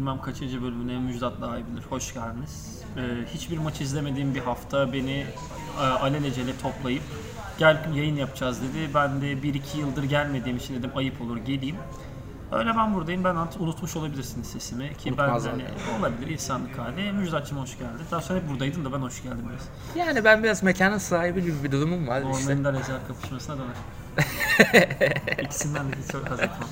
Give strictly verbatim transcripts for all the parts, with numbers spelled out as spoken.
bilmem kaçıncı bölümüne Müjdat daha iyi bilir. Hoş geldiniz. Ee, hiçbir maç izlemediğim bir hafta beni e, alelacele toplayıp gel yayın yapacağız dedi. Ben de bir iki yıldır gelmediğim için dedim ayıp olur geleyim. Öyle ben buradayım. Ben unutmuş olabilirsiniz sesimi ki Unutmaz ben hani olabilir insanlık hali. Müjdat'cığım hoş geldin. Daha sonra hep buradaydın da ben hoş geldim biraz. Yani ben biraz mekanın sahibi gibi bir durumum var. Ormanında işte. Recal kapışmasına döner. İkisinden de hiç haz etmem.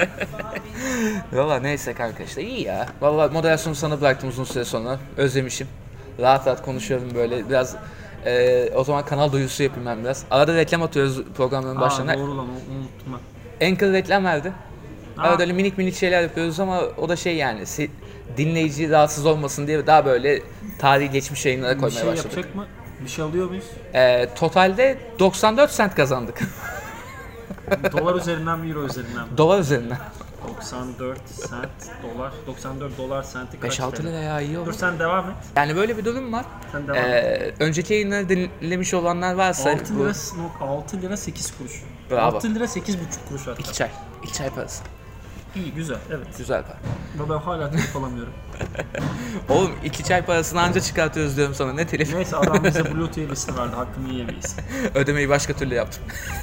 Valla neyse kanka işte iyi ya. Valla moderasyonu sana bıraktım uzun süre sonra. Özlemişim. Rahat rahat konuşuyorum böyle biraz. E, o zaman kanal duyurusu yapayım ben biraz. Arada reklam atıyoruz programların başlarına. Doğru lan unuttum ben. Anchor reklam verdi. Arada öyle minik minik şeyler yapıyoruz ama o da şey yani dinleyici rahatsız olmasın diye daha böyle tarihi geçmiş yayınlara koymaya başladık. Bir şey yapacak mı? Bir şey alıyor muyuz? E, totalde doksan dört sent kazandık. Dolar üzerinden mi, euro üzerinden mi? Dolar üzerinden. doksan dört sent dolar, doksan dört dolar senti kaç beş altı lira ya iyi oldu. Dur sen devam et. Yani böyle bir durum var. Sen devam ee, et. Önceki yayınları dinlemiş olanlar varsa altı lira, altı lira sekiz kuruş. Bravo. altı lira sekiz buçuk kuruş hatta. İki çay. İki çay parası. İyi güzel evet. Güzel para. Ama ben hala telif alamıyorum. Oğlum iki çay parasını anca çıkartıyoruz diyorum sana ne telif. Neyse adam bize Blue T V'sini verdi hakkını yiyemeyiz. Ödemeyi başka türlü yaptım.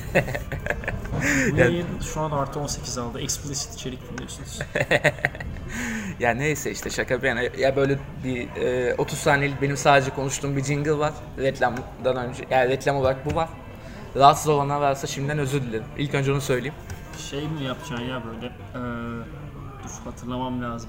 Bu yayın şu an artı on sekiz aldı. Explicit içerik dinliyorsunuz. Ya neyse işte şaka bir yana. Ya böyle bir e, otuz saniyelik benim sadece konuştuğum bir jingle var. Reklamdan önce. Yani reklam olarak bu var. Rahatsız olanlar varsa şimdiden özür dilerim. İlk önce onu söyleyeyim. Şey mi yapacaksın ya böyle? Ee, dur hatırlamam lazım.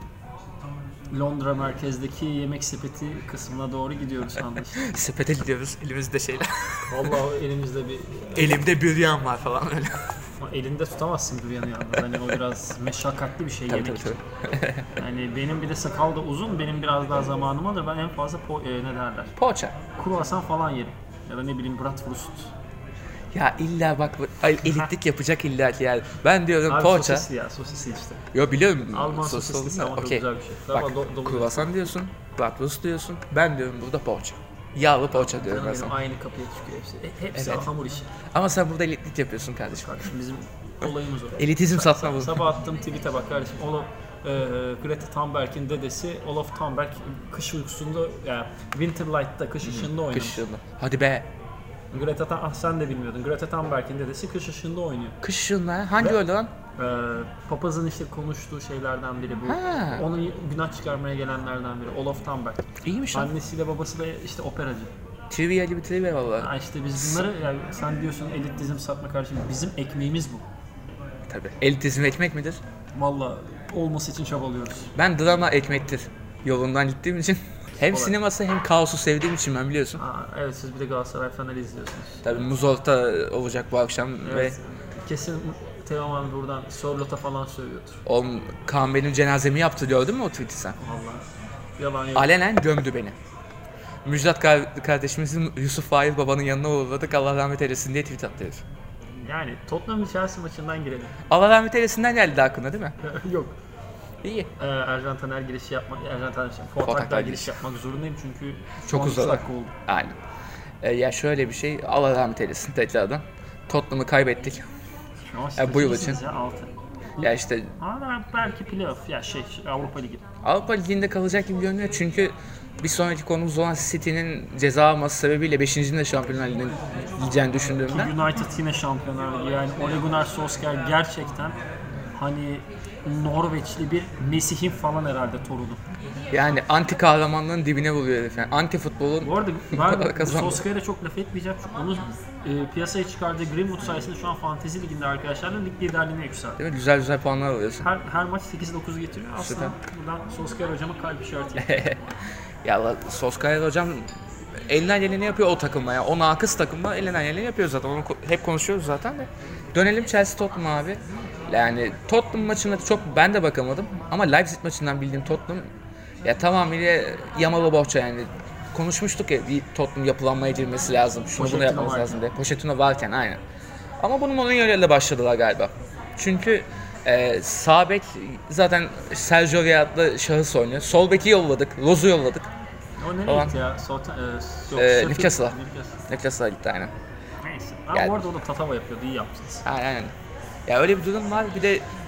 Londra merkezdeki yemek sepeti kısmına doğru gidiyoruz anlaşılan. Sepete gidiyoruz elimizde şeyler. Vallahi elimizde bir... Elimde büryan var falan öyle. Ama elinde tutamazsın büryanı yalnız. Hani o biraz meşakkatli bir şey tabii, yemek. Tabii tabii. Yani benim bir de sakal da uzun, benim biraz daha zamanım alır. Ben en fazla po- e, ne derler? Poğaça. Kruvasan falan yerim. Ya da ne bileyim bratwurst. Ya illa bak elitlik yapacak illa ki yani. Ben diyorum abi poğaça. Sosisli ya sosisli işte. Yo biliyorum. Alman sosisli ama çok okay. güzel bir şey. Bak do- kruvasan diyorsun, bratwurst diyorsun. Ben diyorum burada poğaça. Yağlı poğaça diyorum ben sana. Aynı kapıya çıkıyor hepsi. E, hepsi Evet. hamur işi. Ama sen burada elitlik yapıyorsun kardeşim. Kardeşim bizim olayımız o. Elitizm satma bu. Sabah attığım tweet'e bak kardeşim. Olaf, e, Greta Thunberg'in dedesi Olaf Thunberg kış uykusunda yani Winterlight'ta kış ışığında oynamış. Kış ışığında. Hadi be. Greta Thun- ah sen de bilmiyordun. Greta Thunberg'in dedesi kış ışığında oynuyor. Kış ışığında hangi öyle lan? Ee, papazın işte konuştuğu şeylerden biri bu. Ha. Onun günah çıkarmaya gelenlerden biri Olaf Thunberg. İyiymiş lan. Annesiyle babası da işte operacı. Trivia gibi trivia valla. Ha işte biz bunları yani sen diyorsun elitizm satma kardeşim. Bizim ekmeğimiz bu. Tabii. Elitizm ekmek midir? Vallahi olması için çabalıyoruz. Ben drama ekmektir yolundan gittiğim için. Hem Olay. sineması hem kaosu sevdiğim için ben biliyorsun. Aa, evet siz bir de Galatasaray Fener'i izliyorsunuz. Tabii Muzolta olacak bu akşam Evet. ve Kesin Teoman buradan Sorlot'a falan söylüyordur. oğlum Kaan benim cenazemi yaptı gördün mü o tweet'i sen? Vallahi yalan yok. Alenen gömdü beni. Müjdat kar- kardeşimizin Yusuf Fail babanın yanına uğurladık Allah rahmet eylesin diye tweet attı herif. Yani Tottenham Chelsea maçından girelim. Allah rahmet eylesinden geldi aklına değil mi? Yok. İyi. Ee, Ercan Taner girişi yapmak, Ercan Taner şey, Fortak'la giriş yapmak zorundayım çünkü Çok uzun dakika oldu. Aynen. Ee, ya şöyle bir şey Allah rahmet eylesin tekrardan. Tottenham'ı kaybettik. Ya bu yıl için. Ya, altı. Ya işte Ama belki playoff ya şey Avrupa Ligi. Avrupa Ligi'nde kalacak gibi görünüyor çünkü bir sonraki konumuz olan City'nin ceza alması sebebiyle beşinci de Şampiyonlar Ligi'ne gideceğini düşündüğümden. United yine Şampiyonlar Ligi yani Ole Gunnar Solskjaer gerçekten hani Norveçli bir Mesih'in falan herhalde torunu. Yani anti kahramanlığın dibine vuruyor herif yani. Anti futbolun Bu arada ben Solskjaer'e çok laf etmeyeceğim çünkü onu e, piyasaya çıkardığı Greenwood sayesinde şu an Fantezi Ligi'nde arkadaşlarla lig liderliğine yükseldi. Değil mi? Güzel güzel puanlar alıyorsun. Her, her maç sekiz dokuz getiriyor. Aslında Süper. buradan Solskjaer hocama kalp işareti. Ya Allah, Solskjaer hocam elinden geleni yapıyor o takımla ya. O nakıs takımla elinden geleni yapıyor zaten. Onu hep konuşuyoruz zaten de. Dönelim Chelsea Tottenham abi. Yani Tottenham maçına çok ben de bakamadım ama Leipzig maçından bildiğim Tottenham ya tamamıyla yamalı bohça yani. Konuşmuştuk ya bir Tottenham yapılanmaya girmesi lazım. Şunu bunu yapmamız varken. lazım diye. Pochettino varken aynen. Ama bunun onun yönüyle başladılar galiba. Çünkü e, sağ bek zaten Sergio Riad'la şahıs oynuyor. Sol beki yolladık. Rose'u yolladık. O nereye gitti ya? Sota, e, e, Newcastle'a. Newcastle'a gitti aynen. Neyse. Ama yani, orada o da tatava yapıyordu. İyi yaptınız. Aynen. Ya öyle bir durum var. Bir de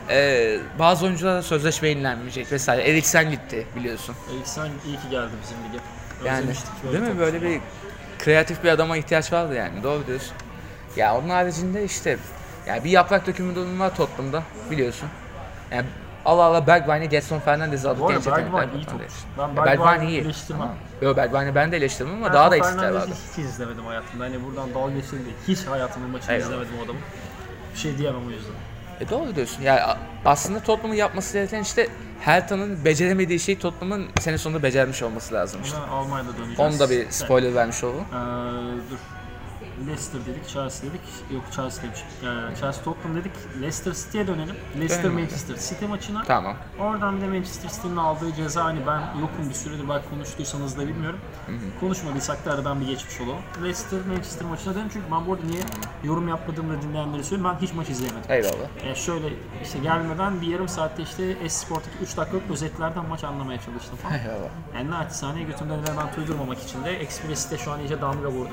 Ee, bazı oyunculara sözleşme yenilenmeyecek vesaire. Eriksen gitti biliyorsun. Eriksen iyi ki geldi bizim lige. Yani Özlemiştik değil mi böyle bir kreatif bir adama ihtiyaç vardı yani, doğru diyorsun. Ya onun haricinde işte yani bir yaprak dökümü durumu var Tottenham'da biliyorsun. Yani Allah Allah Bergwijn'e Gedson Fernandez'i aldık. Bu arada Bergwijn iyi topçu. Ben Bergwijn Bergwijn'i iyi. eleştirmem. Yok Bergwijn'i ben de eleştirmem ama daha da eksikler vardı. Hiç izlemedim hayatımda. Hani buradan dalga geçtim değil. Hiç hayatımın maçını Eyvallah. izlemedim o adamın. Bir şey diyemem o yüzden. E doğru diyorsun. Yani aslında Tottenham'ın yapması gereken işte Hertha'nın beceremediği şeyi Tottenham'ın sene sonunda becermiş olması lazım işte. Buna Almanya'da döneceğiz. Onu da bir spoiler vermiş oldum. Ee, dur. Leicester dedik, Chelsea dedik. Yok Chelsea demiş. Ee, Chelsea Tottenham dedik. Leicester City'ye dönelim. Leicester Dönelim. Manchester City maçına. Tamam. Oradan bir de Manchester City'nin aldığı ceza, hani ben yokum bir süredir, belki konuştuysanız da bilmiyorum. Hı hı. Konuşmadıysak da aradan bir geçmiş olalım. Leicester Manchester maçına dönelim çünkü ben bu arada niye yorum yapmadığımda dinleyenlere söyleyeyim, ben hiç maç izleyemedim. Eyvallah. Yani şöyle işte gelmeden bir yarım saatte işte Esport'taki üç dakikalık özetlerden maç anlamaya çalıştım falan. Eyvallah. Yani naçizane götümden hemen tuydurmamak için de Express'te şu an iyice damga vurdum.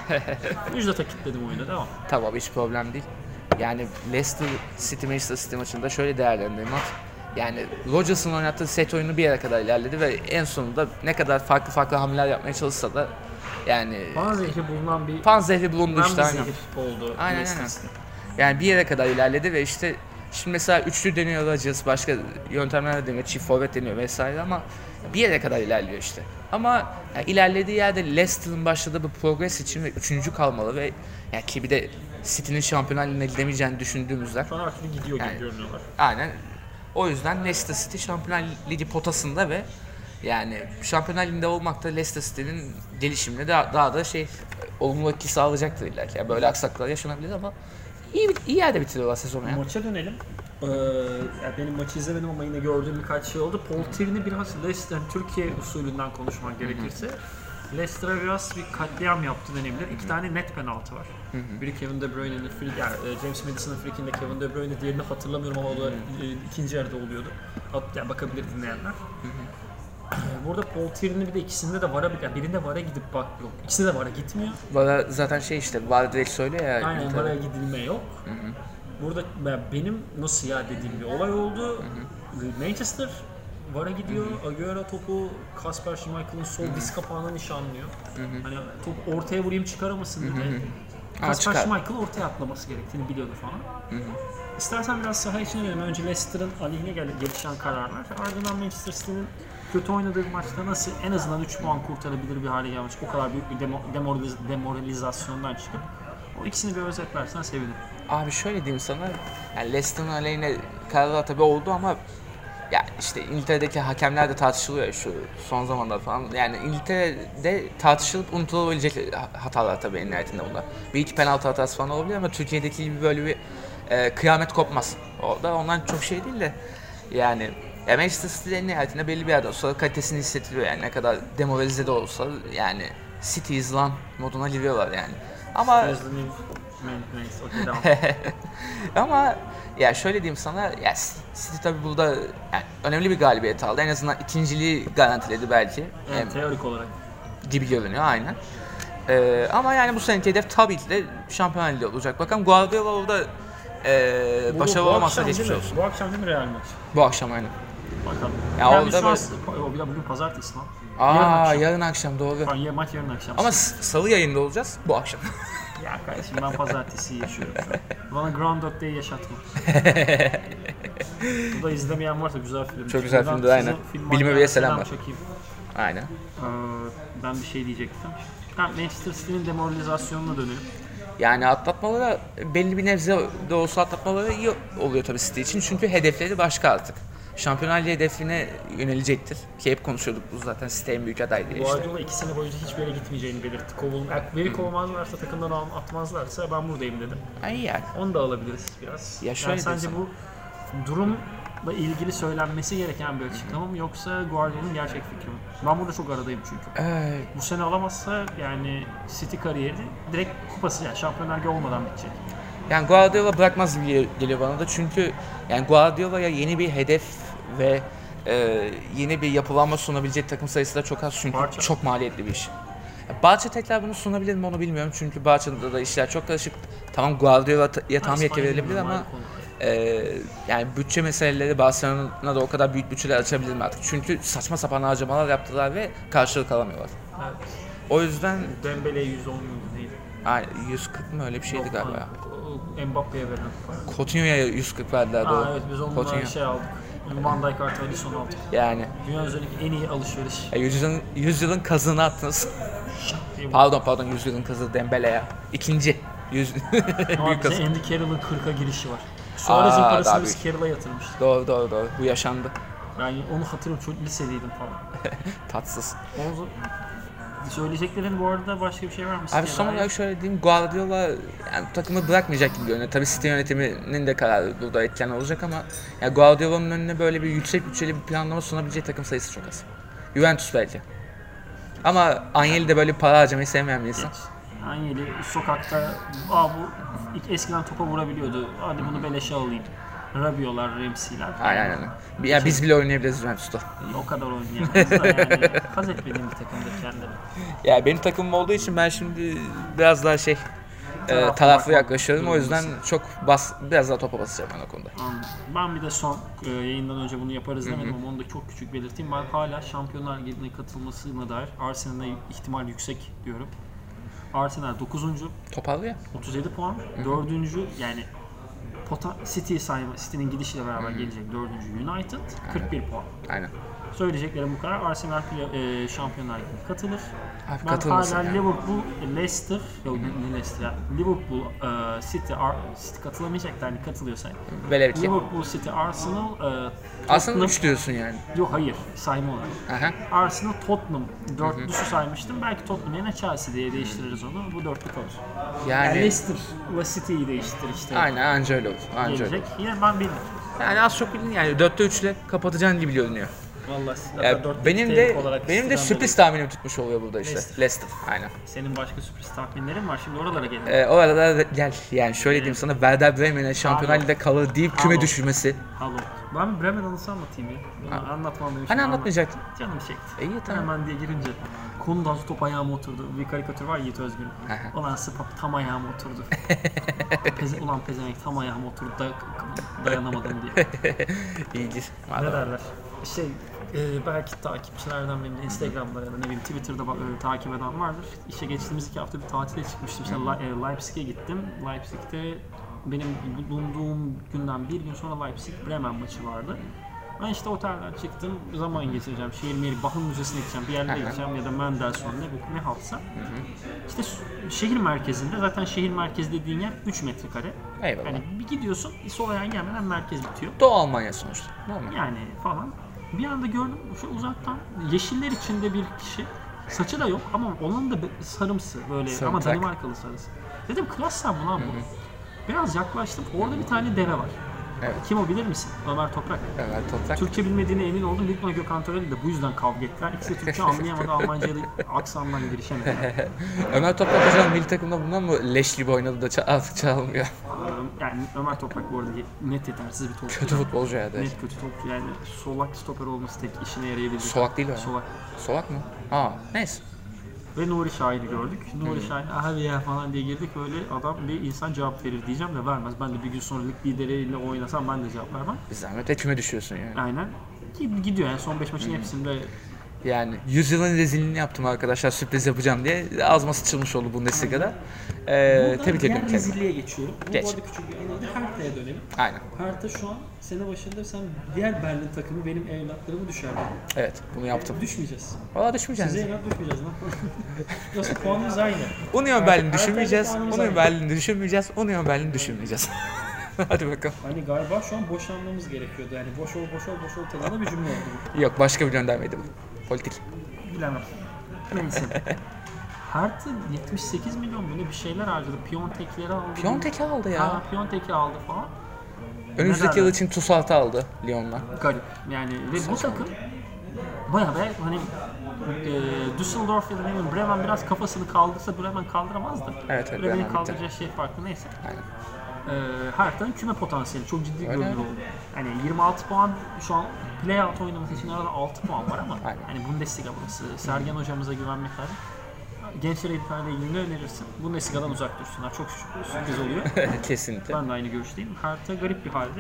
Ücrete kilitledim oyunu, devam. Tamam, hiç problem değil. Yani Leicester City Manchester City maçında şöyle değerlendireyim at. Yani Rodgers'ın oynattığı set oyunu bir yere kadar ilerledi ve en sonunda ne kadar farklı farklı hamleler yapmaya çalışsa da yani Pan zehri bulunan bir pan zehri bulundu işte, aynen. oldu. Aynen aynen. Yani bir yere kadar ilerledi ve işte şimdi mesela üçlü deniyor Rodgers, başka yöntemler deniyor, çift forvet deniyor vesaire ama bir yere kadar ilerliyor işte. Ama yani ilerlediği yerde Leicester'ın başladığı bu progres için ve üçüncü kalmalı ve yani ki bir de City'nin Şampiyonlar Ligi'ne gidemeyeceğini düşündüğümüzde şu an artık gidiyor gibi yani, görünüyorlar. Aynen. O yüzden Leicester City Şampiyonlar Ligi potasında ve yani Şampiyonlar Ligi'nde olmak da Leicester City'nin gelişimine daha, daha da şey olumlu etki sağlayacaktır illa ki. Yani böyle aksaklıklar yaşanabilir ama iyi iyi yerde bitiriyorlar sezonu ya. Maça dönelim. Ee, yani benim maçı izlemedim ama yine gördüğüm birkaç şey oldu. Paul Tierney biraz Leicester, Türkiye usulünden konuşmak gerekirse, Leicester'a biraz bir katliam yaptı denebilir. İki tane net penaltı var. Hı hı. Biri Kevin De Bruyne'nin, yani James Madison'ın frikinde, Kevin De Bruyne, diğerini hatırlamıyorum ama o da e, ikinci yarıda oluyordu. Hat, yani bakabilir dinleyenler. Hı hı. Burada Paul Tierney bir de ikisinde de vara, yani birinde vara gidip bak yok. İkisinde de vara gitmiyor. Vara zaten şey işte, var direkt söylüyor ya. Aynen, vara gidilme yok. Hı hı. Burada benim nasıl ya dediğim bir olay oldu. Hı hı. Manchester vara gidiyor. Hı hı. Agüero topu Kasper Schmeichel'ın sol diz kapağına nişanlıyor. Hı hı. Hani top ortaya vurayım çıkaramasın dedi. Kasper Schmeichel ortaya atlaması gerektiğini biliyordu falan. Hı hı. İstersen biraz saha içine girelim. Önce Leicester'ın aleyhine gelişen kararlar. Ardından Manchester City'nin kötü oynadığı maçta nasıl en azından üç puan kurtarabilir bir hale gelmiş. O kadar büyük bir demo, demoraliz, demoralizasyondan çıkıp. O ikisini bir özetlersen sevinirim. Abi şöyle diyeyim sana, yani Leicester'ın aleyhine kararlar tabii oldu ama ya işte İngiltere'deki hakemler de tartışılıyor şu son zamanlarda falan. Yani İngiltere'de tartışılıp unutulabilecek hatalar tabii en nihayetinde bunlar. Bir iki penaltı hatası falan olabilir ama Türkiye'deki gibi böyle bir e, kıyamet kopmaz. O da ondan çok şey değil de yani ya Manchester City en nihayetinde belli bir yerden sonra kalitesini hissettiriyor yani ne kadar demoralize de olsa yani City izlan moduna giriyorlar yani. Ama ama ya şöyle diyeyim sana, ya City tabii burada yani önemli bir galibiyet aldı. En azından ikinciliği garantiledi belki. Evet, yani, teorik olarak gibi görünüyor aynen. Ee, ama yani bu seneki hedef tabii ki de Şampiyonlar Ligi olacak. Bakalım Guardiola orada e, başarılı olmazsa geçmiş olsun. Bu akşam değil mi Real maç? Bu akşam aynen. Bakalım. Ya yani orada böyle... O bir de bugün pazartesi lan. Aa yarın akşam, yarın akşam doğru. Ha, maç yarın akşam. Ama salı yayında olacağız bu akşam. Ya kardeşim ben pazartesi yaşıyorum. Bana Groundhog Day yaşatma. Bu da izlemeyen varsa güzel film. Çok güzel filmdi aynen. Bilime bir selam var. Çekeyim. Aynen. Ee, ben bir şey diyecektim. Ha, Manchester City'nin demoralizasyonuna dönelim. Yani atlatmaları belli bir nebze de olsa atlatmaları iyi oluyor tabii City için çünkü hedefleri başka artık. Şampiyonlar Ligi hedefine yönelecektir. Ki hep konuşuyorduk bu zaten City en büyük aday diye işte. Guardiola iki sene boyunca hiçbir yere gitmeyeceğini belirtti. Kovul, beni kovmazlarsa, takımdan atmazlarsa ben buradayım dedim. Ay yani. Onu da alabiliriz biraz. Ya şöyle yani sence bu durumla ilgili söylenmesi gereken bir açıklama mı yoksa Guardiola'nın gerçek fikri mi? Ben burada çok aradayım çünkü. Ee, bu sene alamazsa yani City kariyeri direkt kupası yani Şampiyonlar Ligi olmadan bitecek. Yani Guardiola bırakmaz gibi geliyor bana da çünkü yani Guardiola'ya yeni bir hedef ve e, yeni bir yapılanma sunabilecek takım sayısı da çok az çünkü Barça. Çok maliyetli bir iş. Barça tekrar bunu sunabilir mi onu bilmiyorum çünkü Barça'da da işler çok karışık. Tamam Guardiola'ya tam yetki verilebilir ama Ee, yani bütçe meseleleri Barcelona'da o kadar büyük bütçeler açabilir mi artık? Çünkü saçma sapan harcamalar yaptılar ve karşılık alamıyorlar. Evet. O yüzden Dembele'ye yüz on milyon değil. ay, yüz kırk mı öyle bir şeydi Yok, galiba. o- Mbappe'ye verilen para. Coutinho'ya yüz kırk verdiler Aa, doğru. evet biz onunla Coutinho. şey aldık. Van Dijk artı Alisson aldık. Yani Dünya üzerindeki en iyi alışveriş. ya yüzyılın, yüzyılın kazığını attınız. Diye bu. Pardon pardon yüzyılın kazığı Dembele ya. İkinci. Yüz... Ama büyük bize kazık. Andy Carroll'ın kırka girişi var. Suarez'in Aa, parasını daha biz Carroll'a yatırmıştık. Doğru doğru doğru. Bu yaşandı. Ben onu hatırlıyorum, çok lisedeydim falan. Tatsız. O zaman söyleyeceklerin bu arada başka bir şey var mı? Abi son olarak şöyle diyeyim, Guardiola yani takımı bırakmayacak gibi görünüyor. Tabii City yönetiminin de kararı burada etken olacak ama yani Guardiola'nın önüne böyle bir yüksek bütçeli bir planlama sunabileceği takım sayısı çok az. Juventus belki. Ama Agnelli de böyle para harcamayı sevmeyen bir insan. Agnelli sokakta, aa bu ilk eskiden topa vurabiliyordu. Hadi bunu beleşe alayım. Rabiot'lar, Ramsey'ler. Aynen aynen. Ya biz bile oynayabiliriz Juventus'ta. O kadar oynayamaz da yani haz etmediğim bir takımda kendini. Ya benim takımım olduğu için ben şimdi biraz daha şey e, Taraflı taraflı bakmak yaklaşıyorum. O yüzden durumundasın. çok bas biraz daha topa basacağım ben o konuda. Anladım. Ben bir de son e, yayından önce bunu yaparız demedim ama onu da çok küçük belirteyim. Ben hala Şampiyonlar Ligi'ne katılmasına dair Arsenal'e ihtimal yüksek diyorum. Arsenal dokuzuncu Toparlı ya. otuz yedi puan. dördüncü yani Pota City sayma, City'nin gidişiyle beraber gelecek dördüncü United kırk bir puan. Aynen. Söyleyeceklerim bu kadar. Arsenal e, Şampiyonlar Ligi'ne katılır. Abi Ben katılmasın hala ya. Liverpool, Leicester, yok ne, ne Leicester ya? Liverpool, e, City, Ar- City katılamayacaklar hani katılıyorsa. Velev ki. Liverpool, City, Arsenal, e, Aslında Tottenham. üç diyorsun yani. Yok hayır, sayma olarak. Aha. Arsenal, Tottenham dörtlüsü saymıştım. Belki Tottenham yerine Chelsea diye değiştiririz onu. Bu dörtlü kalır. Yani, Yani Leicester ve City'yi değiştir işte. aynen anca öyle olur. Anca öyle. Gelecek. Yine ben bilmiyorum. Yani az çok bilin yani dörtte üçle kapatacağın gibi görünüyor. Vallahi Ya benim de benim de sürpriz tahminim tutmuş oluyor burada işte. Leicester. Leicester. Aynen. Senin başka sürpriz tahminlerin var. Şimdi oralara gelelim. Ee, o arada gel yani şöyle diyeyim sana Werder Bremen'e Şampiyonlar Ligi'de kalır deyip küme Alo. düşürmesi. Halo. Ben Bremen anısı anlatayım ya. Bunu anlatmam demiştim. Hani anlatmayacaktın? Canım çekti. İyi tamam. Hemen diye girince konudan top ayağıma oturdu. Bir karikatür var Yiğit Özgür'ün. Aha. Ulan sıpap tam ayağıma oturdu. Peze, ulan pezevenk tam ayağıma oturdu da dayanamadım diye. İyidir. Ne derler? Şey e, belki takipçilerden benim de Instagram'da ya da ne bileyim Twitter'da bak, e, takip eden vardır. İşte geçtiğimiz iki hafta bir tatile çıkmıştım. İşte Le- e, Leipzig'e gittim. Leipzig'te benim bulunduğum günden bir gün sonra Leipzig Bremen maçı vardı. Ben işte otelden çıktım, zaman geçireceğim, şehir meri, Bakın Müzesi'ne gideceğim, bir yerlere gideceğim ya da Mendelssohn ne, ne haltsa. İşte şehir merkezinde, zaten şehir merkezi dediğin yer üç metrekare. Eyvallah. Yani bir gidiyorsun, sol ayağın gelmeden merkez bitiyor. Doğu Almanya sonuçta. Normal. Yani falan. Bir anda gördüm şu uzaktan yeşiller içinde bir kişi. Saçı da yok ama onun da sarımsı böyle Sarımsak. ama Danimarkalı sarısı. Dedim klas sen bu lan bu. Biraz yaklaştım. Orada bir tane deve var. Evet. Kim o bilir misin? Ömer Toprak. Ömer Toprak. Türkçe bilmediğine emin oldum. Büyük ihtimalle Gökhan Töreli de bu yüzden kavga ettiler. İkisi de Türkçe anlayamadı. Almanca'ya da aksandan girişemediler. Ömer Toprak hocam milli takımda bundan mı leş gibi oynadı da ça- artık çalmıyor. Yani Ömer Toprak bu arada net yetersiz bir topçu. Kötü futbolcu ya da. Net kötü topçu. Yani solak stoper olması tek işine yarayabilecek. Solak değil o ya. Solak. Solak mı? Aa neyse. Ve Nuri Şahin'i gördük. Nuri Şahin abi ya falan diye girdik, böyle adam bir insan cevap verir diyeceğim de vermez. Ben de bir gün sonra lig lideriyle oynasam ben de cevap vermem. Bir zahmet de küme düşüyorsun yani. Aynen. Ki gidiyor yani son beş maçın hepsinde. Yani yüzyılın rezilliğini yaptım arkadaşlar sürpriz yapacağım diye ağzıma sıçılmış oldu Bundesliga'da. Ee, tebrik ediyorum kendimi. rezilliğe geçiyorum. Bu Geç. arada küçük bir anıydı. Hertha'ya dönelim. Aynen. Hertha şu an sene başında sen diğer Berlin takımı benim evlatlarımı düşerdi. Evet bunu yaptım. Düşmeyeceğiz. Valla düşmeyeceğiz. Size evlat düşmeyeceğiz lan. Yoksa puanımız aynı. Union Berlin Hertha- düşürmeyeceğiz. Hertha'yla Union puanımız Berlin düşürmeyeceğiz. Union Berlin düşürmeyeceğiz. Hadi bakalım. Hani galiba şu an boşanmamız gerekiyordu. Yani boş ol boş ol boş ol tadında bir cümle oldu bu. Yok başka bir göndermeydi bu. Politik. Bilemem. Neyse. Hertha yetmiş sekiz milyon mu ne bir şeyler harcadı. Piontek'leri aldı. Piontek'i aldı ya. Ha, Piontek'i aldı falan. Önümüzdeki yıl için Tussalt'ı aldı Lyon'la. Garip. Yani ve bu takım bayağı be hani e, Düsseldorf ya da ne bileyim Bremen biraz kafasını kaldırsa Bremen kaldıramazdı. Evet, evet, Bremen'in Bremen kaldıracağı şey farklı neyse. Aynen. Ee, Hertha'nın küme potansiyeli çok ciddi Öyle görünür öyle. oldu. Yani yirmi altı puan şu an play-out oynaması için arada altı puan var ama Aynen. hani Bundesliga burası. Sergen hocamıza güvenmek lazım. gençlere İlper'le ilgili ne önerirsin? Bu Nessiga'dan uzak dursunlar. Çok sürpriz oluyor. Kesinlikle. Ben de aynı görüşteyim. Hertha garip bir halde.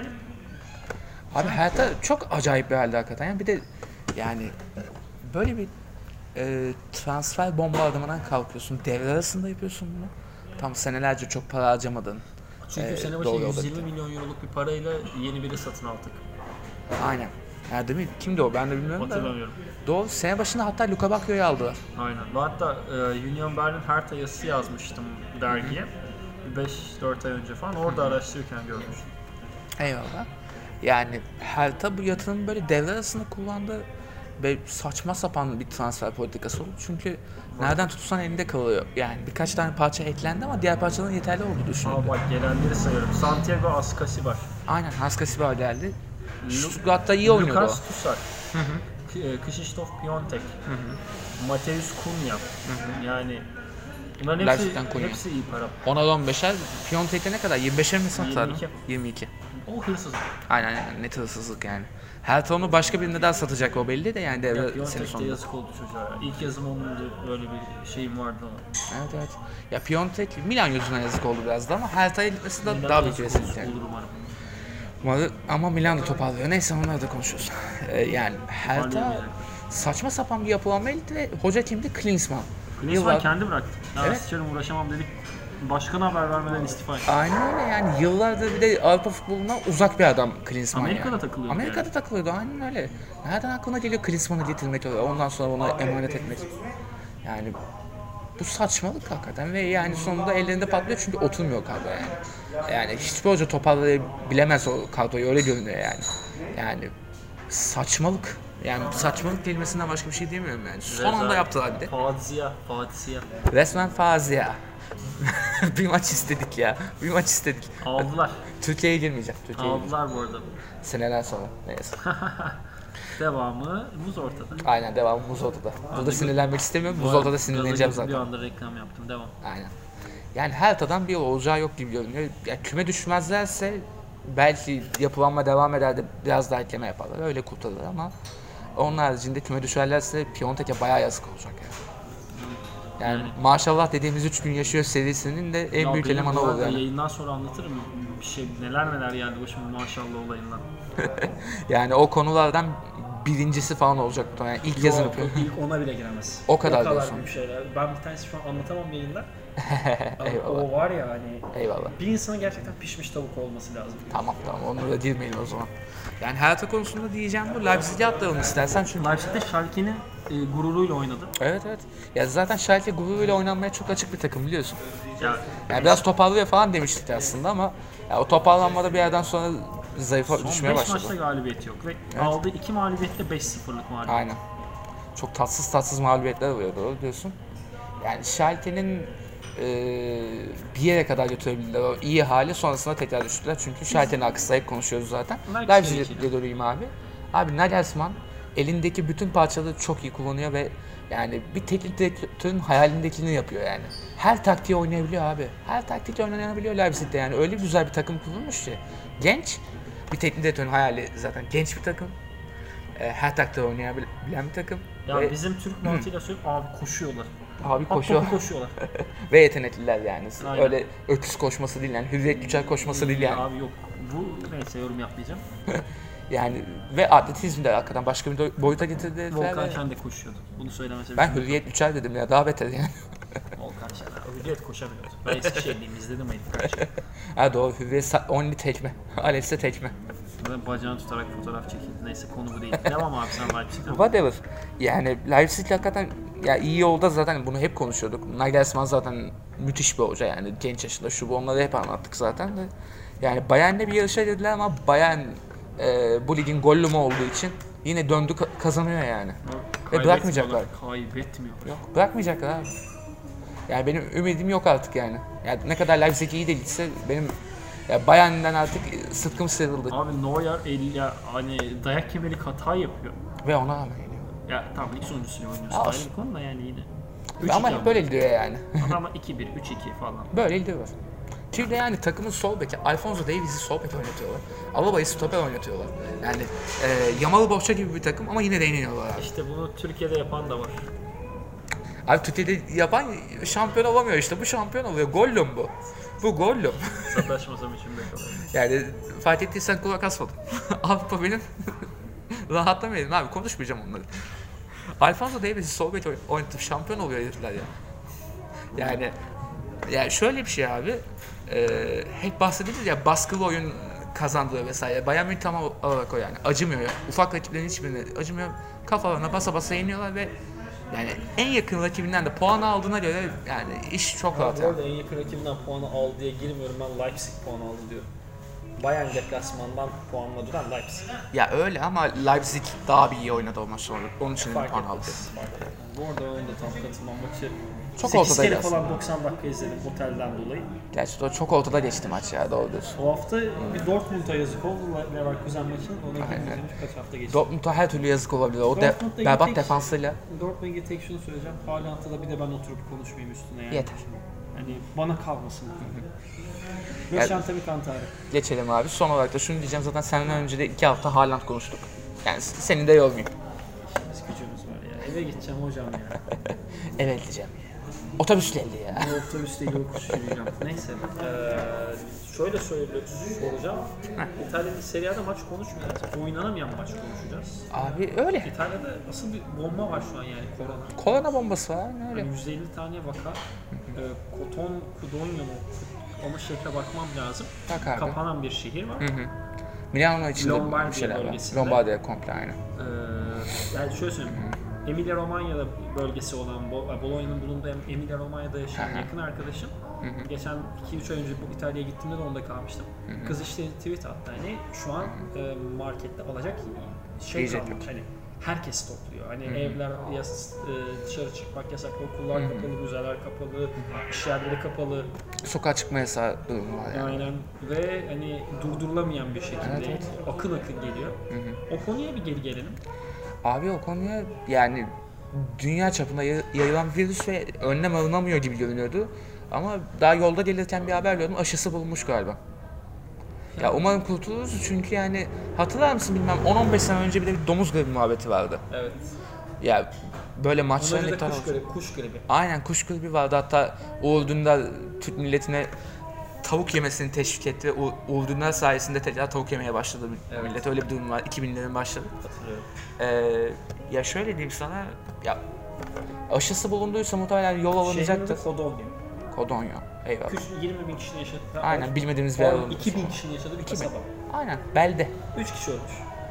Abi Hertha çok acayip bir halde hakikaten. Yani bir de yani böyle bir e, transfer bombardımandan kalkıyorsun. Devre arasında yapıyorsun bunu. Tam senelerce çok para harcamadın. Çünkü Ee, sene başı doğru yüz yirmi oldu. milyon euroluk bir parayla yeni biri satın aldık. Aynen. Yani değil mi? Kimdi o? Ben de bilmiyorum da. Hatırlamıyorum. Doğru. Sene başında hatta Luka Bakkio'yu aldılar. Aynen. Ben hatta e, Union Berlin Hertha yazısı yazmıştım dergiye. beş dört ay önce falan. Orada araştırırken görmüştüm. Eyvallah. Yani Hertha bu yatırımı böyle devre arasında kullandığı ve saçma sapan bir transfer politikası oldu. Çünkü nereden tutsan elinde kalıyor. Yani birkaç tane parça eklendi ama diğer parçaların yeterli olduğu düşünüldü. Aa bak gelenleri sayıyorum. Santiago Ascasi var. Aynen. Haskasiba geldi. Stuttgart'ta iyi oynuyordu Lukas o. Tusak. Krzysztof Piontek. Mateusz Cunha. Yani bunların hepsi, Leipzig'ten Cunha. hepsi iyi para. ona on beşer, Piontek'te ne kadar? yirmi beşer mi satardı? yirmi iki. yirmi iki. O hırsız. Aynen aynen. Net hırsızlık yani. Hertha onu başka birine daha satacak o belli de yani Ya devre sene Piontek'te sonunda. yazık oldu çocuğa ya. İlk yazım onundu, böyle bir şeyim vardı ona. Evet evet. Ya Piontek Milan yüzünden yazık oldu biraz da ama Hertha'ya gitmesi de Milan'a daha büyük yazık rezillik olur, yani. olur umarım. Umarım- Ama Milan da toparlıyor. Neyse onları da konuşuruz. Ee, yani Hertha Toparlayamayacak. saçma sapan bir yapılanmaydı ve hoca kimdi? Klinsmann. Klinsmann Yıllar- kendi bıraktı. Ya Evet. sıçarım uğraşamam dedik. Başkana haber vermeden istifa etti. Aynen öyle yani yıllardır bir de Avrupa futboluna uzak bir adam Klinsmann Amerika'da yani. takılıyordu Amerika'da yani. takılıyordu aynen öyle. Nereden aklına geliyor Klinsmann'ı getirmek öyle ondan sonra ona emanet etmek. Yani bu saçmalık hakikaten ve yani sonunda ellerinde patlıyor çünkü oturmuyor kadro yani. Yani hiçbir hoca toparlayabilemez o kadroyu öyle görünüyor yani. Yani saçmalık. Yani saçmalık kelimesinden başka bir şey diyemiyorum yani. Son anda yaptılar bir de. Fazia, Fazia. Resmen fazia. Bir maç istedik ya. Bir maç istedik. Aldılar. Türkiye'ye girmeyeceğim. Türkiye'ye girmeyeceğim. Aldılar bu arada. Seneler sonra. Neyse. Devamı muz ortada. Aynen devam Muz Ortada. Burada sinirlenmek istemiyorum. Muz Bu arada Ortada sinirleneceğim gaza gelip zaten. Bir anda reklam yaptım. Devam. Aynen. Yani Hertha'dan bir olacağı yok gibi görünüyor. Ya küme düşmezlerse belki yapılanma devam eder de biraz daha ekleme yaparlar. Öyle kurtarılır ama onun haricinde küme düşerlerse Piontek'e bayağı yazık olacak yani. Yani, Yani- maşallah dediğimiz üç gün yaşıyor serisinin de en Ya büyük benim elemanı bu oldu arada yani. Yayından sonra anlatırım bir şey neler neler geldi başıma maşallah olayından. Yani o konulardan birincisi falan olacak bu yani ilk yazın yapıyor. ilk ona bile giremez. O kadar o kadar diyorsun. büyük şeyler. Ben bir tanesi şu an anlatamam yayında. Ama Eyvallah. o var ya hani Eyvallah. bir insanın gerçekten pişmiş tavuk olması lazım. Tamam tamam onlara da girmeyin o zaman. Yani Hertha konusunda diyeceğim bu. Leipzig'e atlayalım istersen çünkü. Leipzig'te Schalke'nin e, gururuyla oynadı. Evet evet. Ya zaten Schalke gururuyla oynanmaya çok açık bir takım biliyorsun. Ya Yani biraz toparlıyor falan demiştik aslında ama ya o toparlanmada bir yerden sonra zayıfa son düşmeye beş başladı. maçta galibiyeti yok ve aldığı iki mağlubiyette beş sıfırlık mağlubiyet. Aynen. Çok tatsız tatsız mağlubiyetler oluyor doğru diyorsun. Yani Schalke'nin eee bir yere kadar götürebildiler o iyi hali sonrasında tekrar düştüler çünkü Schalke'nin arkasında hep konuşuyoruz zaten. Leipzig'e Leipzig'e geçelim. döneyim abi. Abi Nagelsmann elindeki bütün parçaları çok iyi kullanıyor ve yani bir teknik direktörün hayalindekini yapıyor yani. Her taktiği oynayabiliyor abi. Her taktik oynanabiliyor Leipzig'te yani öyle güzel bir takım kurulmuş ki. Genç bir teknik direktörün hayali zaten genç bir takım. Eee, her taktiği oynayabilen bir takım. Ya ve bizim Türk mantığıyla söyleyip abi koşuyorlar. abi Koşuyor. koşuyor. koşuyorlar. Ve yetenekliler yani. Aynen. Öyle öküz koşması değil yani. Hürriyet Güçer koşması değil yani. Abi yok. Bu neyse yorum yapmayacağım. Yani ve atletizm de hakikaten başka bir do- boyuta getirdi. herifler Volkan ve- Şen de koşuyordu. Bunu söylemesi Ben Hürriyet Güçer dedim ya daha beter yani. Volkan Şen. Hürriyet koşamıyordu. Ben Eskişehirliyim izledim ayıp kaç. Ha doğru Hürriyet sa- only tekme. Alex'e tekme. Ben bacağını tutarak fotoğraf çekildi. Neyse konu bu değil. Devam abi sen Leipzig'den. Whatever. Yani Leipzig hakikaten ya iyi yolda zaten bunu hep konuşuyorduk. Nagelsmann zaten müthiş bir hoca yani genç yaşında şu bu onları hep anlattık zaten de. Yani Bayern'le bir yarışa girdiler ama Bayern e, bu ligin gollümü olduğu için yine döndü ka- kazanıyor yani. Ve bırakmayacaklar. Kaybetmiyor. Yok bırakmayacaklar abi. Yani benim ümidim yok artık yani. Yani ne kadar Leipzig iyi de gitse benim ya Bayern'den artık sıtkım sıyrıldı Abi Neuer el ya hani dayak yemelik hata yapıyor. ve ona rağmen yeniyor. Ya tamam ilk sonuncusuyla oynuyorsun. Olsun. Ayrı bir konu da yani yine. Ama hep böyle gidiyor yani. Ama iki bir, üç iki falan. Böyle gidiyorlar. Şimdi de yani takımın sol beki Alphonso Davies'i sol bek oynatıyorlar. Alaba'yı stoper oynatıyorlar. Yani e, Yamalı Bohça gibi bir takım ama yine de yeniliyorlar abi. İşte bunu Türkiye'de yapan da var. Abi Türkiye'de yapan şampiyon olamıyor işte. Bu şampiyon oluyor. Gollum bu. Bu Gollum. Sataşmasam içimde kalır. Yani fark ettiysen kulak asmadım. Avrupa benim rahatlamayalım abi, konuşmayacağım onları. Alphonso Davies'i sol bek oynatıp şampiyon oluyor herifler ya. Yani yani şöyle bir şey abi. E, hep bahsedilir ya, baskılı oyun kazandığı vesaire. Bayern Münih tam olarak o yani. Acımıyor ya. Ufak rakiplerin hiçbirine acımıyor. Kafalarına basa basa yeniyorlar ve yani en yakın rakibinden de puan aldığına göre yani iş çok rahat. Bu arada en yakın rakibinden puanı aldı diye girmiyorum, ben Leipzig puan aldı diyorum. Bayern deplasmandan puanla duran Leipzig. Ya öyle ama Leipzig daha bir iyi oynadı o maç sonra. Onun için Fark puan aldı. etmez. Bu arada onun da tam katılmam, maçı Çok sekiz ortadaydı kere aslında. falan doksan dakika izledim otelden dolayı. Gerçi o çok ortada geçti maç ya, doğru diyorsun. O hafta bir Dortmund'a yazık oldu Leverkusen maçının. Ona girdiğimiz kaç hafta geçti. Dortmund'a her türlü yazık olabilir. O de, Dortmund'daki berbat tek- defansıyla. Dortmund'a tek şunu söyleyeceğim. Haaland'da da bir de ben oturup konuşmayayım üstüne yani. Yeter. Hani bana kalmasın. Yani- Ve Şantemi Kantarı. Geçelim abi. Son olarak da şunu diyeceğim, zaten senden önce de iki hafta Haaland konuştuk. Yani seni de yormayayım. Biz gücümüz var ya. Eve gideceğim hocam ya. Evet diyeceğim. Otobüs geldi ya. Bu otobüste yokuş yürüyeceğim. Neyse. Ee, şöyle söyle soracağım. İtalya'da Serie A'da maç konuşmayacağız. Oynanamayan maç konuşacağız. Abi öyle. İtalya'da asıl bir bomba var şu an yani, korona. Korona bombası var öyle. Yani yüz elli tane vaka. e, Koton, Kudonyo mu? Ama şehre bakmam lazım. Bak abi. Kapanan bir şehir var. Hı hı. Milano içinde Lombardiya bir şeyler var. bölgesinde. Lombardiya komple aynı. Ee, yani şöyle söyleyeyim. Emilia Romanya'da bölgesi olan, Bo- Bologna'nın bulunduğu Emilia Romanya'da yaşayan Aha. yakın arkadaşım. Geçen iki üç ay önce bu İtalya'ya gittiğimde de onda kalmıştım. Kız işte tweet attı, hani şu an e, markette alacak şey Yiyecek kalmamış. yok. Hani herkes topluyor. Hani evler yas, e, dışarı çıkmak yasak, okullar kapalı, müzeler kapalı, iş yerleri kapalı. Sokağa çıkma yasağı durumu var yani. Aynen, ve hani durdurulamayan bir şekilde Evet, evet. akın akın geliyor. O konuya bir geri gelelim. Abi o konuya yani dünya çapında yay- yayılan bir virüs ve önlem alınamıyor gibi görünüyordu. Ama daha yolda gelirken bir haber gördüm, aşısı bulunmuş galiba. Ya umarım kurtuluruz çünkü yani hatırlar mısın bilmem on on beş sene önce bir de bir domuz gribi muhabbeti vardı. Evet. Ya böyle Ondan maçların önce de iptal kuş oldu. gribi, kuş gribi. Aynen kuş gribi vardı, hatta Uğur Dündar Türk milletine tavuk yemesini teşvik etti. U- Uğur Dündar sayesinde tekrar tavuk yemeye başladı Evet. millet, öyle bir durum var, iki binlerin başladı. Hatırlıyorum. Ee, ya şöyle diyeyim sana, ya aşısı bulunduysa muhtemelen yol alınacaktır. Şehrinde Kodonyo. Kodonyo. Eyvallah. yirmi bin kişinin yaşadığı. Aynen, bilmediğimiz bir yer oldu. iki bin kişinin yaşadığı bir kasaba. Aynen, belde. üç kişi ölmüş.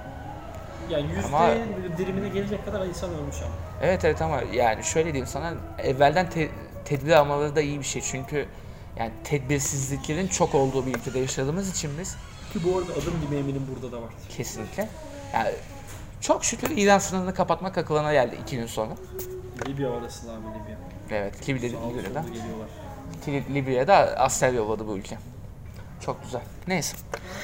Yani Ama- yüzde dilimine gelecek kadar insan ölmüş ama. Evet evet ama yani şöyle diyeyim sana, evvelden te- tedbir almaları da iyi bir şey çünkü yani tedbirsizliklerin çok olduğu bir ülkede yaşadığımız için biz Ki bu arada adım gibi eminim burada da var. kesinlikle yani çok şükür İran sınırını kapatmak akıllarına geldi iki gün sonra. Libya orası abi, Libya. Evet, Libya'da, Sağ olsun Libya'da, geliyorlar. Li- Libya'da asker yolladı bu ülke. Çok güzel. Neyse.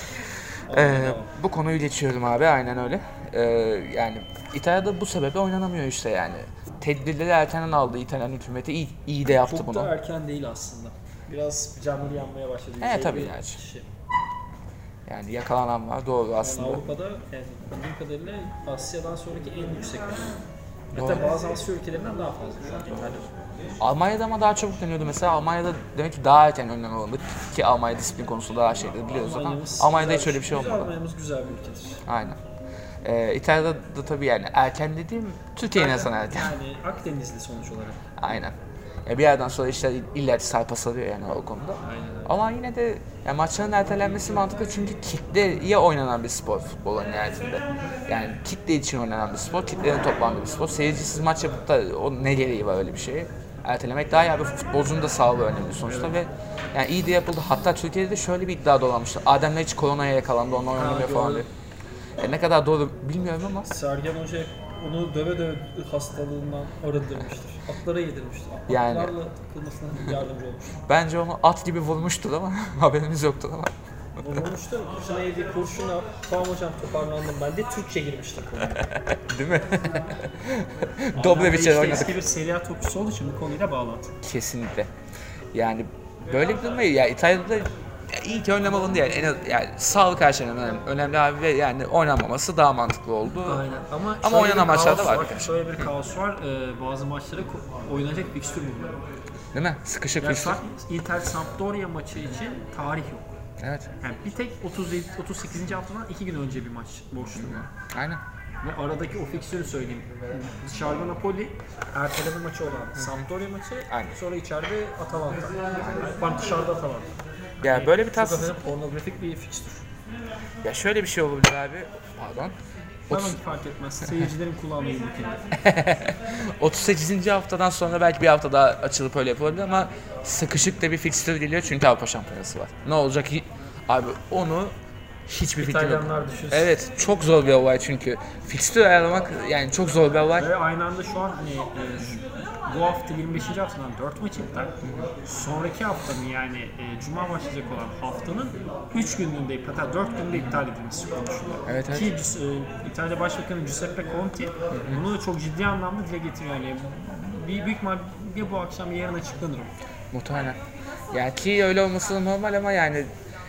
Ee, Allah'a bu konuyu geçiyorum abi, aynen öyle. Ee, yani İtalya'da bu sebeple oynanamıyor işte yani. Tedbirleri erkenden aldı İtalyan hükümeti, iyi, iyi de yaptı Çok bunu. da erken değil aslında. Biraz canları yanmaya başladı. Evet, yüz elli tabii yani. kişi. Yani yakalanan var, doğru Yani aslında. Avrupa'da yani bildiğim kadarıyla Asya'dan sonraki en yüksek rakam. Doğru. Hatta bazı Asya ülkelerinden daha fazla şu an İtalya'da. Almanya'da ama daha çabuk dönüyordu mesela. Almanya'da demek ki daha erken önlem alındı ki Almanya disiplin konusunda daha şeydir biliyoruz zaten. Almanya'mız Almanya'da hiç güzel- öyle bir şey güzel, olmadı. Almanya'mız güzel bir ülkedir. Aynen. Ee, İtalya'da da tabii yani erken dediğim Türkiye'ye nazaran erken. Yani Akdenizli sonuç olarak. Aynen. Ya bir yerden sonra işler illa ki sarpa sarıyor yani o konuda. Aynen öyle. Ama yine de ya maçların ertelenmesi mantıklı çünkü kitleye oynanan bir spor futbolun nihayetinde. Yani kitle için oynanan bir spor, kitlerin toplandığı bir spor. Seyircisiz maç yapıp da o ne gereği var öyle bir şeye? Ertelemek daha iyi abi, futbolcunun da sağlığı önemli sonuçta ve yani iyi de yapıldı. Hatta Türkiye'de de şöyle bir iddia dolanmıştı. Ademler hiç koronaya yakalandı, onlar oynamıyor falan diye. E, ne kadar doğru bilmiyorum ama Sergen Hoca onu döve döve hastalığından arındırmıştır. Atlara yedirmiştir. Yani- Atlarla takılmasına yardımcı olmuştur. bence onu at gibi vurmuştur ama haberimiz yoktur ama. Vurmuştu. Kurşuna yediği kurşuna tamam hocam toparlandım ben de Türkçe girmiştir konuya. Değil mi? Adem Dobreviç'e de işte oynadık. eski bir Serie A topçusu olduğu için bu konuyla bağlantı. Kesinlikle. Yani böyle bir durum değil. Ya İtalya'da ya iyi ki önlem alındı yani. En az, yani sağlık her şeyden önemli, önemli abi ve yani oynanmaması daha mantıklı oldu. Aynen. Ama, Ama şöyle oynanan bir maçlarda kaos var birkaç. Şöyle bir kaos var. Ee, bazı maçlara ko- oynanacak fikstür bulmuyor. Değil mi? Sıkışık Yani bir şu an Inter Sampdoria maçı için tarih yok. Evet. Yani bir tek otuz yedi, otuz sekizinci haftadan iki gün önce bir maç boşluğu var. Aynen. Ve aradaki o fikstürü söyleyeyim. Dışarıda Napoli, erteleme maçı olan Sampdoria maçı, Aynen. sonra içeride Atalanta. Pardon, dışarıda Atalanta. Ya böyle bir Çok tatsız. efendim pornografik bir fikstür. Ya şöyle bir şey olabilir abi. Pardon. Tamam, fark etmez. Seyircilerin kulağına yumruk otuz sekizinci haftadan sonra belki bir hafta daha açılıp öyle yapılabilir ama sıkışık da bir fikstür geliyor çünkü Avrupa Şampiyonası var. Ne olacak ki? Abi onu hiçbir fikrim yok. İtalyanlar düşünsün. Evet, çok zor bir olay çünkü. Fikstür ayarlamak yani çok zor bir olay. Ve aynı anda şu an hani, e, bu hafta yirmi beşinci haftadan dört maç iptal. Sonraki haftanın yani e, Cuma başlayacak olan haftanın üç gününde, hatta dört günde iptal edilmesi konuşuluyor. Evet, evet. Ki e, İtalya Başbakanı Giuseppe Conte bunu çok ciddi anlamda dile getiriyor. Yani bir büyük ihtimal ya bu akşam ya yarın açıklanır o. Muhtemelen. Yani ki öyle olması da normal ama yani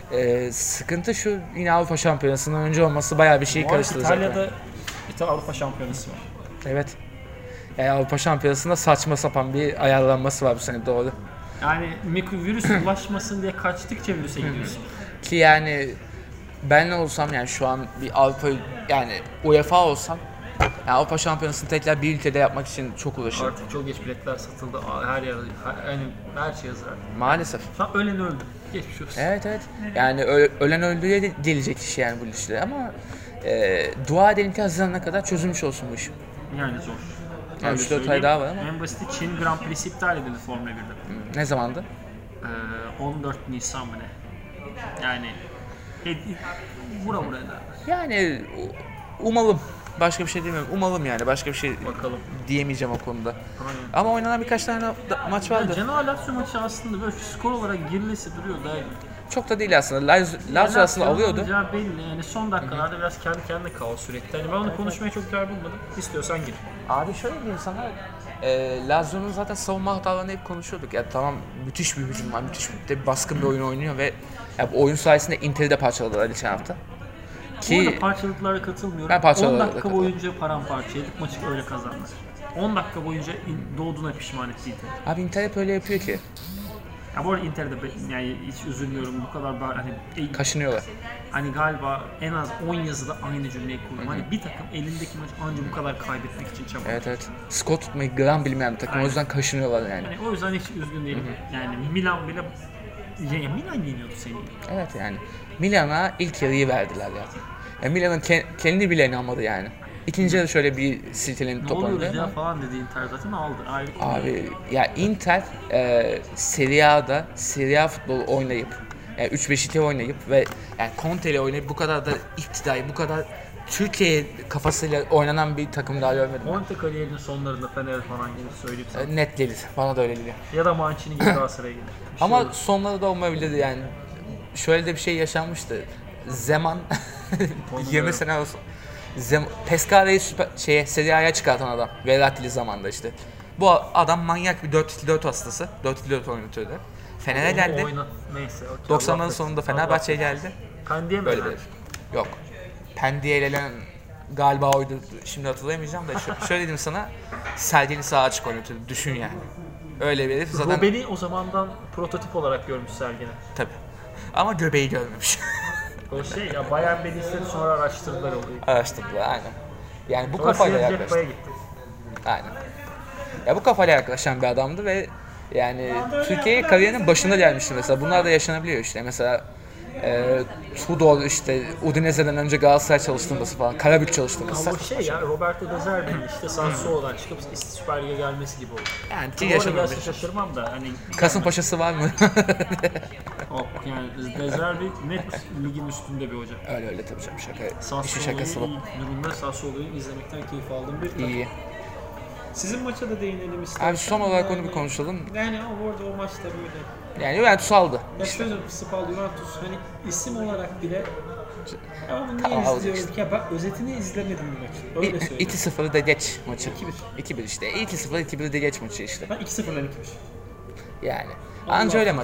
e, sıkıntı şu, yine Avrupa Şampiyonası'ndan önce olması bayağı bir şeyi Bu arada karıştıracak. İtalya'da yani. İtalya Avrupa Şampiyonası var. Evet. Yani Avrupa Şampiyonası'nda saçma sapan bir ayarlanması var bu sene, doğru. Yani mikrovirüs ulaşmasın diye kaçtıkça virüse gidiyorsun. Ki yani ben ne olsam yani şu an bir Avrupa yani UEFA olsam yani Avrupa Şampiyonası'nı tekrar bir ülkede yapmak için çok uğraşırım. Artık çok geç biletler satıldı. Her yer, yani her şey hazır artık. Maalesef. Şu an ölen öldü. Geçmiş olsun. Evet evet. Yani ö- ölen öldüğüye de gelecek iş yani bu liste ama e, dua edelim ki Haziran'a kadar çözülmüş olsun bu iş. Yani zor. Yani Öyle üç dört ay söyleyeyim. daha var ama. En basiti Çin Grand Prix'si iptal edildi Formula birde. Ne zamandı? Ee, on dört Nisan mı ne? Yani he- vura vura eder. Yani u- umalım. Başka bir şey demiyorum. Umalım yani. Başka bir şey Bakalım. diyemeyeceğim o konuda. Aynen. Ama oynanan birkaç tane da- maç vardı. Yani Genoa Lazio maçı aslında böyle skor olarak girilesi duruyor da. Çok da değil aslında. Lazio, Lazio aslında alıyordu. Alacağı belli. Yani son dakikalarda biraz kendi kendine kaos üretti. Hani ben onu konuşmaya çok değer bulmadım. İstiyorsan gir. Abi şöyle diyeyim sana. E, Lazio'nun zaten savunma hatalarını hep konuşuyorduk. Ya tamam, müthiş bir hücum var. Müthiş bir, de baskın bir oyun oynuyor ve ya bu oyun sayesinde Inter'i de parçaladılar geçen hafta. Bu arada Ki parçalıklara katılmıyorum. Ben parçalıklara on dakika katılıyorum. boyunca paramparça edip maçı öyle kazandılar. on dakika boyunca in- doğduğuna pişman etti Inter. abi Inter hep öyle yapıyor ki. Ya bu arada Inter'de be- yani hiç üzülmüyorum bu kadar bar- hani e- Kaşınıyorlar. hani galiba en az on yazıda aynı cümleyi kurdum. Hani bir takım elindeki maç ancak bu kadar kaybetmek için çabalıyor. Evet evet. Skor tutmayı gram bilmeyen bir takım. Aynen. O yüzden kaşınıyorlar yani. Yani o yüzden hiç üzgün değilim. Yani Milan bile ya Milan yeniyordu seni. Evet yani. Milan'a ilk yarıyı verdiler ya. ya Milan'ın ke- kendi bile inanmadı yani. İkinci yarı şöyle bir silkelenip Ne oluyoruz toparladı ya ama. falan dedi Inter zaten aldı. Ayrı konu. Abi ya Inter e, Serie A'da Serie A futbolu oynayıp yani üç beş iki oynayıp ve yani Conte ile oynayıp bu kadar da iktidai, bu kadar Türkiye kafasıyla oynanan bir takım daha görmedim. Monte kariyerinin sonlarında Fener falan gelir söyleyeyim sana. E, Net gelir. Bana da öyle geliyor. Ya da Mancini gibi Galatasaray'a gelir. Bir şey Ama olur. sonları da olmayabilirdi yani. Şöyle de bir şey yaşanmıştı. Zeman yirmi sene olsun. Zem Pescara'yı süper şeye Serie A'ya çıkartan adam. Veratili zamanında işte. Bu adam manyak bir dört iki dört hastası. dört iki dört oynatıyordu. Fener'e Onu geldi. Oyna. Neyse. okey. doksanların Allah sonunda affetsin. Fenerbahçe'ye geldi. Pendik'e mi? Böyle yani? bir yok. Pendik'e elenen galiba oydu. Şimdi hatırlayamayacağım da şu- şöyle diyeyim sana. Sergen'i sağa açık oynatıyordu. Düşün yani. Öyle bir herif zaten Robben'i o zamandan prototip olarak görmüş Sergen'e. tabii. Ama göbeği görmemiş. O şey ya Bayern beni istedi sonra araştırdılar olayı. Araştırdılar aynen. Yani bu Sonra kafayla Siyah yaklaştı. Cepha'ya gitti. Aynen. Ya bu kafayla yaklaşan bir adamdı ve yani Türkiye'ye kariyerinin başında gelmişti mesela. Bunlar da yaşanabiliyor işte. Mesela e, Tudor işte Udinese'den önce Galatasaray çalıştırması falan, Karabük çalıştırması. Ama bu şey ya Roberto De Zerbi'nin işte Sassuolo'dan çıkıp Süper Lig'e gelmesi gibi oldu. Yani ki Ki orada yaşanabilir. gelse şaşırmam da hani Kasımpaşa'sı var mı? yok yani De Zerbi net ligin üstünde bir hoca. öyle öyle tabii canım, şaka. İşin Sassuolo'yu şakası bu. ilk durumda Sassuolo'yu izlemekten keyif aldığım bir takım. İyi. Sizin maça da değinelim istersen. Abi son olarak onu bir Yani- konuşalım. Yani ama bu arada o maçta böyle. Yani Juventus aldı. Ya şöyle Spal Juventus hani isim olarak bile ama bunu Tamam, niye alacak izliyorum ki? Bak özetini izlemedim bu maçı. Öyle söyleyeyim. iki sıfırı da geç maçı. iki bir. iki bir işte. iki sıfır iki bir de geç maçı işte. Ben iki sıfırdan iki bir. Yani. Anca öyle maç işte.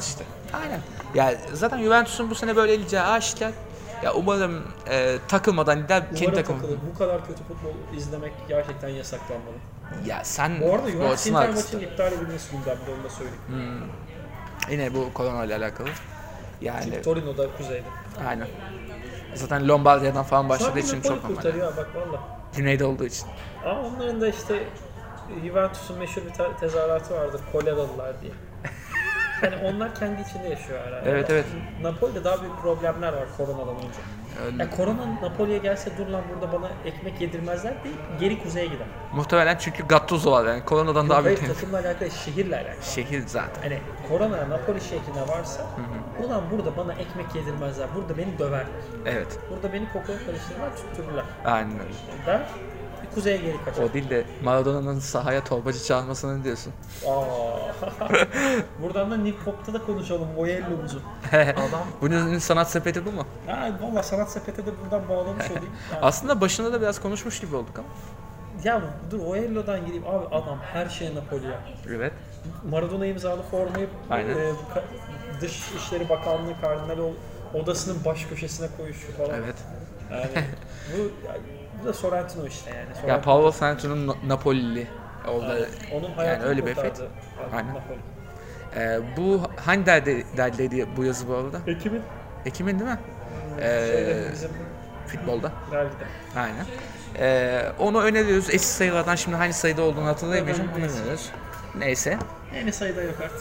Aynen. Ya zaten Juventus'un bu sene böyle eleyeceği aşikar. Ya umarım e, takılmadan gider kendi Umarım takımı. takılır. Bu kadar kötü futbol izlemek gerçekten yasaklanmalı. Ya sen Bu arada Juventus Bolsonaro Inter haklısın. maçının iptal edilmesi gündemde, onu da söyleyeyim. Hmm. Yine bu korona ile alakalı. Yani Çünkü Torino'da kuzeyde. aynen. Zaten Lombardiyadan falan başladığı Sadece için Napoli çok normal. kurtarıyor bak valla. Güneyde olduğu için. Ama onların da işte Juventus'un meşhur bir te- tezahüratı vardır, koleralılar diye. Yani onlar kendi içinde yaşıyor herhalde. Evet, evet. Napoli'de daha büyük problemler var koronadan önce. Öyle. Ya korona Napoli'ye gelse dur lan burada bana ekmek yedirmezler değil, geri kuzeye gider. Muhtemelen çünkü Gattuso var yani koronadan daha Hayır, büyük. takımla alakalı, şehirle alakalı. Şehir zaten. Hani korona Napoli şehrine varsa, ulan burada bana ekmek yedirmezler, burada beni döverler. Evet. Burada beni kokoya karıştırırlar, tuttururlar. Aynen öyle. Der, bir kuzeye geri kaçar. O değil de Maradona'nın sahaya torbacı çağırmasını ne diyorsun? Aa. Buradan da Nip Pop'ta da konuşalım, Voyello'muzu. Adam. Bunun sanat sepeti bu mu? Ha, valla sanat sepete de buradan bağlamış olayım. Yani, Aslında başında da biraz konuşmuş gibi olduk ama. ya dur Voyello'dan gireyim abi, adam her şeye Napoli ya. Evet. Maradona imzalı formayı Aynen. e, ka- Dışişleri Bakanlığı Kardinal odasının baş köşesine koyuşu falan. Evet. Yani bu, ya, bu da Sorrentino işte yani. Ya Sorrentino. Paolo Santo'nun Na- Napolili oldu. Aynen. Onun hayatını yani öyle bir kurtardı. efekt. Yani Aynen. Napoli. Ee, bu hangi derdi, derdiydi bu yazı bu arada? Ekim'in Ekim'in değil mi? şeyde Ee, bizim futbolda. dergide. Aynen. Ee, onu öneriyoruz. Eski sayılardan şimdi hangi sayıda olduğunu hatırlayamayacağım. Onu öneriyoruz. Neyse. Yeni sayıda yok artık.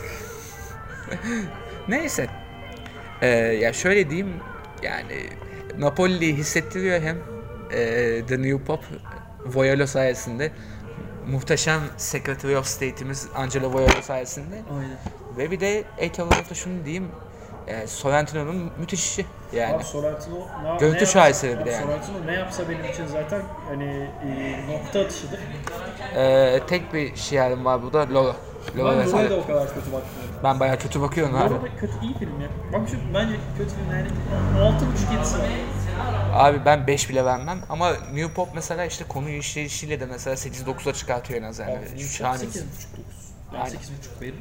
Neyse. Ee, ya şöyle diyeyim. Yani Napoli'yi hissettiriyor hem e, The New Pop Voyolo sayesinde. Muhteşem Secretary of State'imiz Angelo Voyolo sayesinde. Aynen. Ve bir de ek olarak da şunu diyeyim. E, Sorrentino'nun müthiş işi. Yani. Abi Sorrentino ne, Görüntü ne şaheseri yapsa- bir de yani. Sorrentino ne yapsa benim için zaten hani e, nokta atışıdır. E, tek bir şiirim var burada. Lolo. Ben Lolo Loro'ya vesaire. da o kadar kötü bakmıyorum. Ben bayağı kötü bakıyorum abi. Loro da kötü, iyi film ya. Bak şu bence kötü film yani altı buçuk yedisi var. Abi ben beş bile vermem ama New Pop mesela işte konu işleyişiyle de mesela sekiz dokuza çıkartıyor en az yani. Abi, Şahane. sekiz buçuk dokuz. Ben Aynen. sekiz buçuk veririm.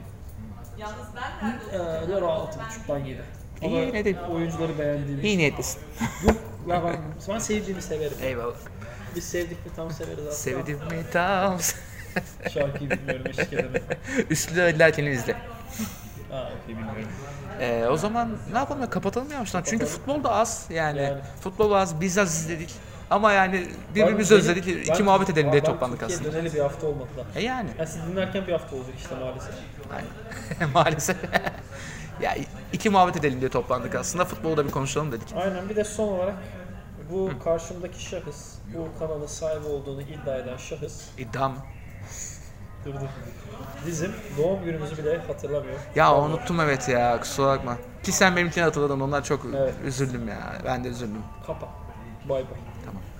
Ee, Loro altı buçuktan yedi. İyi, Ama ne diyeyim. oyuncuları beğendiğim. İyi niyetlisin. Yok ya ben, ben sevdiğimi severim. Eyvallah. Biz sevdik mi tam severiz aslında. Sevdim mi tam. Şarkıyı bilmiyorum, eşlik edemem. Üstüne öllerken izle. Aa okey, bilmiyorum. Ee, o zaman ne yapalım ya, kapatalım yavaştan. Çünkü futbol da az yani. Yani. Futbol da az, biz az izledik. Ama yani birbirimizi Ben- özledik, ben- iki muhabbet edelim diye ben toplandık Türkiye'ye aslında. döneli bir hafta olmadı da. E yani. Ya siz dinlerken bir hafta olacak işte maalesef. Aynen. Maalesef. Ya iki muhabbet edelim diye toplandık aslında. Futbolu da bir konuşalım dedik. Aynen, bir de son olarak bu karşımdaki şahıs, bu kanalın sahibi olduğunu iddia eden şahıs, İddia mı? dur dur, bizim doğum günümüzü bile hatırlamıyor. Ya Vallahi. unuttum evet ya, kusura bakma. Ki sen benimkini hatırladın, onlar çok Evet. üzüldüm ya. Ben de üzüldüm. Kapa. Bay bay. Tamam.